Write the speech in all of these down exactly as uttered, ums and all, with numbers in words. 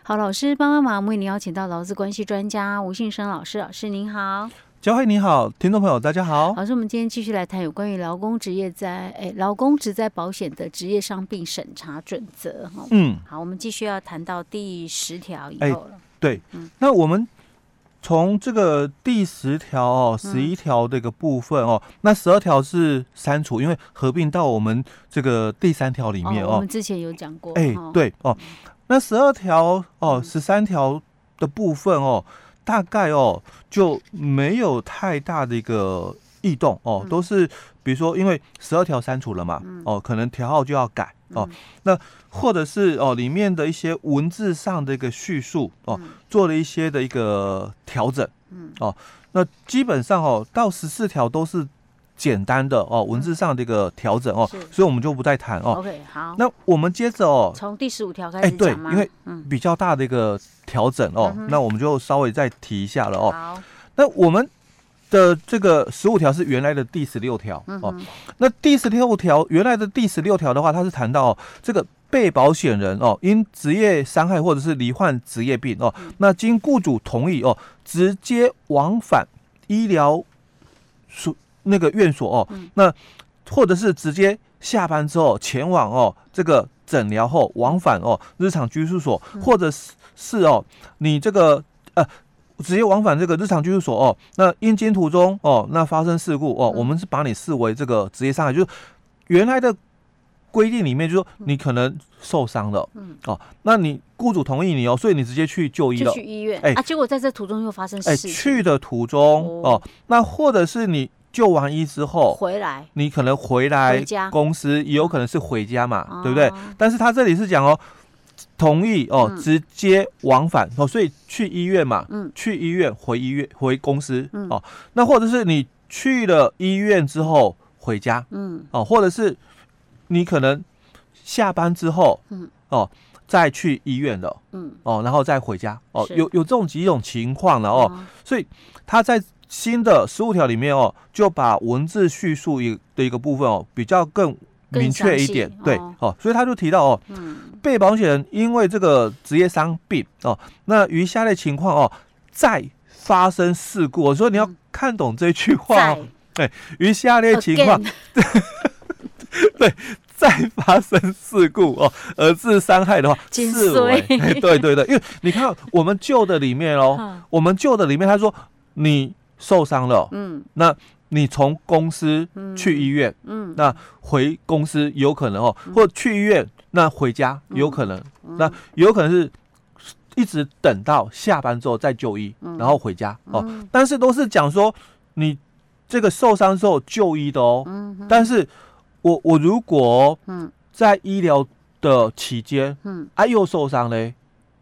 好，老师帮帮忙，为您邀请到劳资关系专家吴信生老师，老师您好。 嘉惠你好，听众朋友大家好。 老师，我们今天继续来谈有关于劳工职业灾哎劳工职灾保险的职业伤病审查准则。嗯，好，我们继续要谈到第十条以后了。哎、 对、嗯，那我们从这个第十条哦，十一条这个部分哦，嗯、那十二条是删除，因为合并到我们这个第三条里面哦。 哦我们之前有讲过。 哎、 哦， 对哦，那十二条哦，十三条的部分哦。大概哦就没有太大的一个异动哦，嗯、都是比如说因为十二条删除了嘛，嗯、哦可能条号就要改哦，嗯、那或者是哦里面的一些文字上的一个叙述哦，嗯、做了一些的一个调整，嗯、哦，那基本上哦到十四条都是简单的哦文字上的一个调整哦，所以我们就不再谈哦。 OK， 好。 那我们接着哦， 从第十五条开始讲吗？ 哎，对，因为比较大的一个调整哦，嗯、那我们就稍微再提一下了哦。 好。 那我们的这个十五条是原来的第十六条、嗯、哦。那第十六条原来的第十六条的话，它是谈到、哦、这个被保险人哦，因职业伤害或者是罹患职业病哦，嗯、那经雇主同意哦，直接往返医疗所。那个院所哦，嗯、那或者是直接下班之后前往哦这个诊疗后往返哦日常居住所，嗯、或者是是哦你这个呃直接往返这个日常居住所哦，那因经途中哦那发生事故哦，嗯、我们是把你视为这个职业伤害，就是原来的规定里面就是说你可能受伤了，嗯、哦，那你雇主同意你哦，所以你直接去就医了， 就去医院，哎、欸、啊，结果在这途中又发生事情， 哎、欸，去的途中 哦, 哦，那或者是你。救完医之后回来， 你可能回来公司，也有可能是回家嘛，嗯、对不对？但是他这里是讲哦，同意哦，嗯、直接往返哦，所以去医院嘛，嗯、去医院回医院回公司、嗯、哦，那或者是你去了医院之后回家，嗯，哦，或者是你可能下班之后，嗯，哦，再去医院了，嗯，哦，然后再回家，哦，有有这种几种情况了哦，嗯、所以他在。新的十五条里面哦，就把文字叙述一的一个部分哦，比较更明确一点，对哦, 哦，所以他就提到哦，嗯、被保险人因为这个职业伤病哦，那于下列情况哦，再发生事故，我说你要看懂这句话哦，对，于下列情况，对，再发生事故哦，而致伤害的话，视为、哎、对对对，因为你看我们旧的里面哦，我们旧的里面他说你。受伤了，嗯，那你从公司去医院，嗯，那回公司有可能哦，嗯、或去医院那回家有可能，嗯、那有可能是一直等到下班之后再就医，嗯、然后回家哦，嗯、但是都是讲说你这个受伤之后就医的哦，嗯、但是我我如果嗯在医疗的期间，嗯，啊又受伤嘞。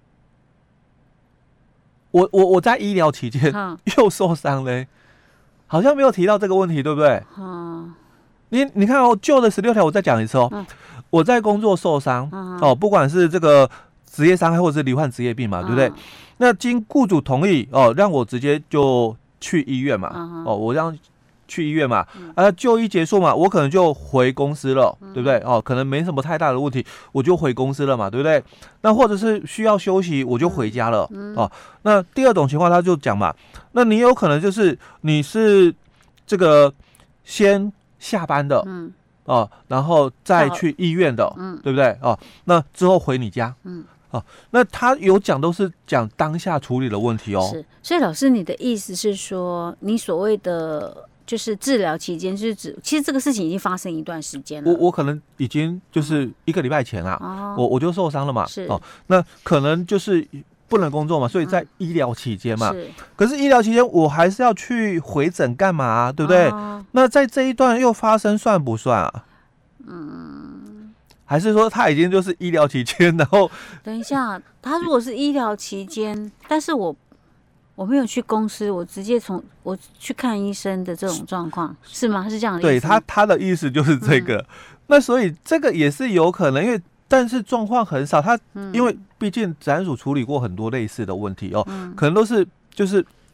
我我我在医疗期间又受伤嘞，好像没有提到这个问题，对不对？嗯，你你看哦，旧的十六条我再讲一次哦，嗯、我在工作受伤、嗯、哦，不管是这个职业伤害或者是罹患职业病嘛，嗯、对不对？那经雇主同意哦，让我直接就去医院嘛，嗯、哦，我让去医院嘛，嗯、啊，就医结束嘛，我可能就回公司了，嗯、对不对？哦，可能没什么太大的问题，我就回公司了嘛，对不对？那或者是需要休息，我就回家了，嗯、哦。那第二种情况，他就讲嘛，那你有可能就是你是这个先下班的，嗯，哦，然后再去医院的，嗯，对不对？哦，那之后回你家，嗯。哦，那他有讲都是讲当下处理的问题哦。 是，所以老师你的意思是说，你所谓的就是治疗期间，就是指其实这个事情已经发生一段时间了。 我我可能已经就是一个礼拜前啊，哦、我我就受伤了嘛。 是哦，那可能就是不能工作嘛，所以在医疗期间嘛。是。可是医疗期间我还是要去回诊干嘛、啊，对不对？哦、那在这一段又发生算不算啊？嗯。还是说他已经就是医疗期间，然后等一下，他如果是医疗期间，但是我我没有去公司，我直接从我去看医生的这种状况是吗？是这样的意思吗？ 对他他的意思就是这个，嗯、那所以这个也是有可能，因为但是状况很少，他、嗯、因为毕竟治安署处理过很多类似的问题哦，嗯、可能都是就是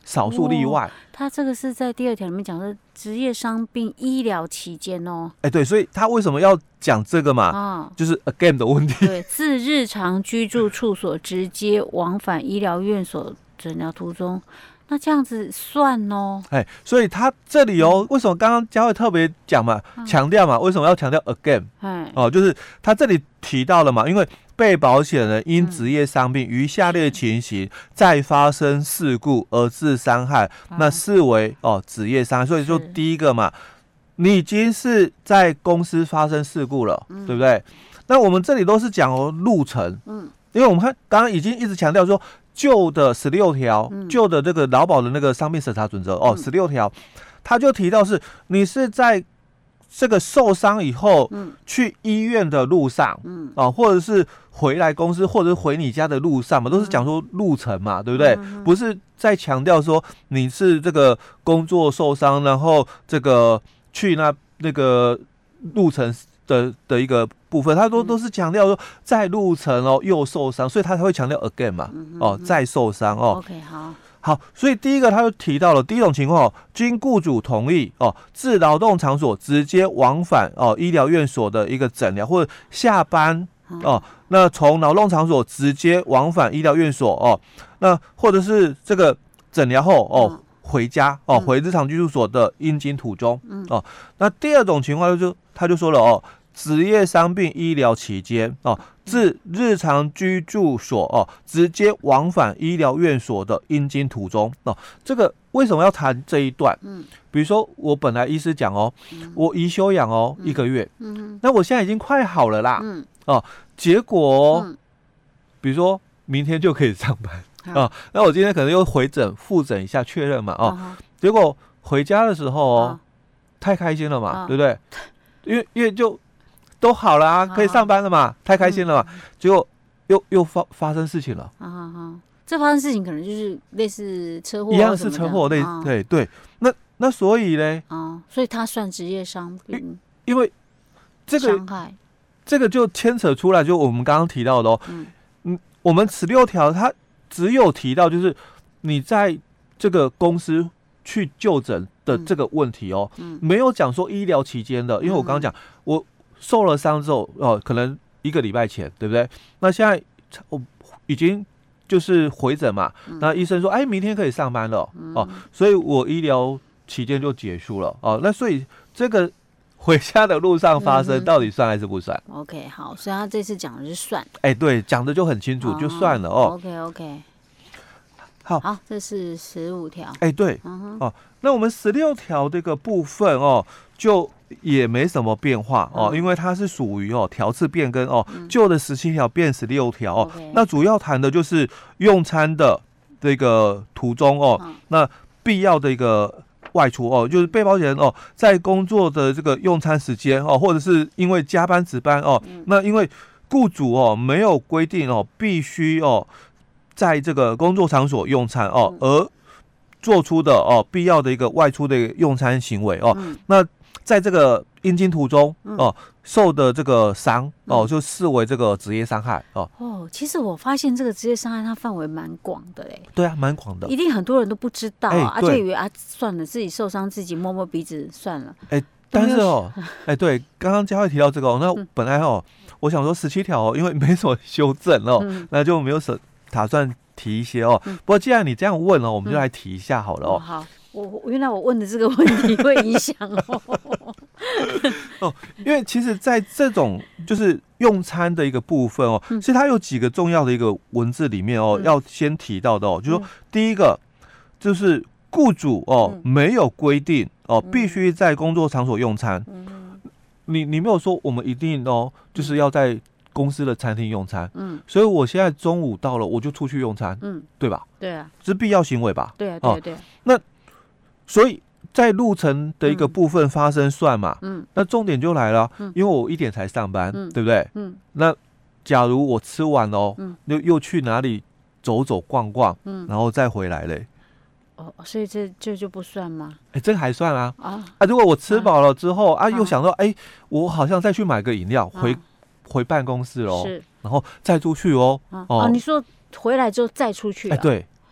少数例外。 他这个是在第二条里面讲的职业伤病医疗期间哦。 哎，对，所以他为什么要讲这个嘛？啊，就是 again 的问题。 对，自日常居住处所直接往返医疗院所诊疗途中，那这样子算哦。 哎，所以他这里哦，为什么刚刚佳慧特别讲嘛，强调嘛，为什么要强调 again？ 哎，哦，就是他这里提到了嘛，因为被保险人因职业伤病于下列情形再发生事故而致伤害，那视为哦职业伤害。所以就第一个嘛，你已经是在公司发生事故了，嗯、对不对？那我们这里都是讲哦路程，嗯，因为我们看刚刚已经一直强调说旧的十六条，旧的这个劳保的那个伤病审查准则哦，十六条，他就提到是你是在这个受伤以后，嗯，去医院的路上，嗯，啊，或者是回来公司，或者是回你家的路上嘛，都是讲说路程嘛，对不对？嗯、不是在强调说你是这个工作受伤，然后这个去那那个路程的的一个部分，他都都是强调说在路程哦又受伤，所以他才会强调 again 嘛，嗯、哦再受伤哦。 OK 好。 好，所以第一个他就提到了第一种情况哦，经雇主同意哦，自劳动场所直接往返哦医疗院所的一个诊疗，或者下班哦，那从劳动场所直接往返医疗院所哦，那或者是这个诊疗后哦回家哦回日常居住所的应经途中哦，那第二种情况就他就说了哦。职业伤病医疗期间哦，自日常居住所哦，直接往返医疗院所的应经途中哦，这个为什么要谈这一段？嗯，比如说我本来医师讲哦，嗯、我宜休养哦、嗯、一个月，嗯，那我现在已经快好了啦，嗯，哦，结果、嗯、比如说明天就可以上班啊、哦，那我今天可能又回诊复诊一下确认嘛，哦，嗯、结果回家的时候哦，嗯、太开心了嘛，嗯、对不对？因为因为就都好了啊，可以上班了嘛，太开心了嘛，嗯、结果又又发发生事情了。啊啊，这发生事情可能就是类似车祸， 一样是车祸类， 啊、 对对。那那所以呢？ 啊，所以他算职业伤病， 因为这个伤害， 这个就牵扯出来，就我们刚刚提到的哦，嗯嗯，我们十六条它只有提到就是你在这个公司去就诊的这个问题哦，嗯、没有讲说医疗期间的，因为我刚刚讲、嗯、我。受了伤之后，哦，可能一个礼拜前，对不对？那现在我已经就是回诊嘛，嗯、那医生说，哎，明天可以上班了，嗯、哦，所以我医疗期间就结束了，哦，那所以这个回家的路上发生，到底算还是不算、 嗯、？OK， 好，所以他这次讲的是算， 哎，对，讲的就很清楚，哦、就算了哦。 OK OK， 好， 好，这是十五条， 哎，对，嗯、哦，那我们十六条这个部分哦，就。也没什么变化哦，嗯、因为它是属于哦条次变更哦，嗯、旧的十七条变十六条哦。Okay. 那主要谈的就是用餐的这个途中哦，嗯、那必要的一个外出哦，就是被保险人哦在工作的这个用餐时间哦，或者是因为加班值班哦，嗯、那因为雇主哦没有规定哦必须哦在这个工作场所用餐哦，嗯、而做出的哦必要的一个外出的一个用餐行为哦，嗯、那。在这个应经途中哦，受的这个伤哦，就视为这个职业伤害哦。 哦，其实我发现这个职业伤害它范围蛮广的嘞。 对啊，蛮广的， 一定很多人都不知道啊，啊就以为啊算了，自己受伤自己摸摸鼻子算了。 哎，但是哦，哎，对，刚刚佳慧提到这个哦，那本来哦，我想说十七条哦，因为没什么修正哦，嗯、那就没有什打算提一些哦。嗯、不过既然你这样问哦，我们就来提一下好了哦。 嗯、好。我原来我问的这个问题会影响哦。 哦，因为其实在这种就是用餐的一个部分哦，嗯、其实它有几个重要的一个文字里面哦，嗯、要先提到的哦，就是说第一个就是雇主哦、嗯、没有规定哦必须在工作场所用餐，嗯、你你没有说我们一定哦就是要在公司的餐厅用餐，嗯，所以我现在中午到了我就出去用餐，嗯，对吧？ 对啊， 这是必要行为吧？ 对啊，对啊，对啊。 那所以在路程的一个部分发生算嘛，嗯，那重点就来了，嗯、因为我一点才上班，嗯、对不对？嗯，那假如我吃完哦，嗯、又又去哪里走走逛逛，嗯，然后再回来嘞， 哦，所以这这就不算吗？ 哎，这个还算啊，啊啊！如果我吃饱了之后啊，啊又想到哎，我好像再去买个饮料，啊、回回办公室喽，是，然后再出去哦， 啊、哦，你说回来之后再出去， 哎，对。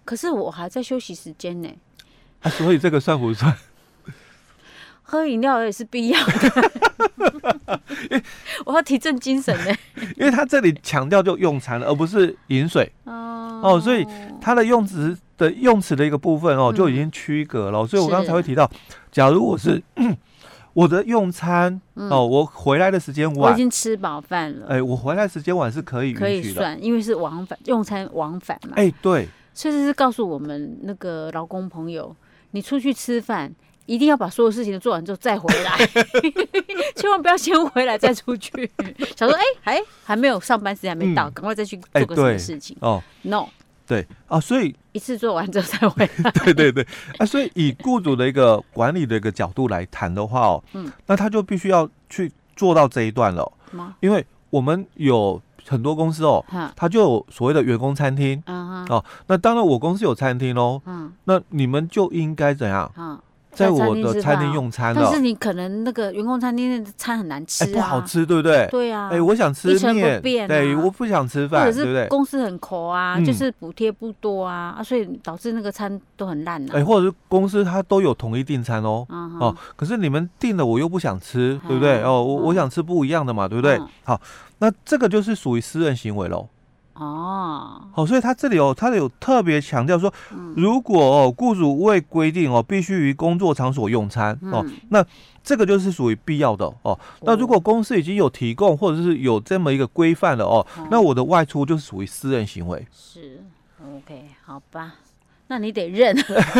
可是我还在休息时间呢、 啊，所以这个算不算？ 喝饮料也是必要的，我要提振精神呢。 因为他这里强调就用餐了，而不是饮水哦，哦，所以他的用词的用词的一个部分哦，就已经区隔了。嗯、所以我刚才会提到，假如我是、嗯、我的用餐、嗯、哦，我回来的时间晚， 我已经吃饱饭了， 哎，我回来的时间晚是可以允许的， 可以算，因为是往返用餐往返嘛。 哎，对， 所以这是告诉我们那个劳工朋友，你出去吃饭。一定要把所有事情都做完之后再回来，千万不要先回来再出去。想说，哎、欸，还还没有上班时间还没到，赶、嗯、快再去做个什么事情。欸、哦 ，no， 对啊，所以一次做完之后再回来。 对对对，啊，所以以雇主的一个管理的一个角度来谈的话哦，嗯，那他就必须要去做到这一段了，因为我们有很多公司哦，它就有所谓的员工餐厅，嗯、哦，那当然我公司有餐厅哦，嗯，那你们就应该怎样？嗯。在我的餐厅用餐的， 但是你可能那个员工餐厅的餐很难吃、啊欸、 不好吃，对不对？ 对啊， 哎、欸，我想吃面， 啊、 对，我不想吃饭， 或者是公司很抠啊，对对就是补贴不多啊、嗯、啊，所以导致那个餐都很烂啊。哎、 欸，或者是公司它都有统一订餐哦，嗯、哦，可是你们订了我又不想吃，对不对？嗯、哦，我我想吃不一样的嘛，对不对？嗯、好，那这个就是属于私人行为喽。哦，好，所以他这里哦，他有特别强调说，嗯、如果哦，雇主未规定哦，必须于工作场所用餐、嗯、哦，那这个就是属于必要的 哦, 哦。那如果公司已经有提供或者是有这么一个规范了哦、嗯，那我的外出就是属于私人行为。 是 ，OK， 好吧，那你得认。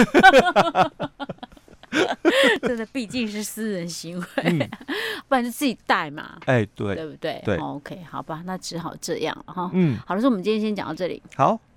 真的毕竟是私人行为、嗯，不然就自己带嘛。 哎、欸，对， 对不对？ 对、 哦、，OK， 好吧，那只好这样了哈。嗯，好了，所以我们今天先讲到这里。 好。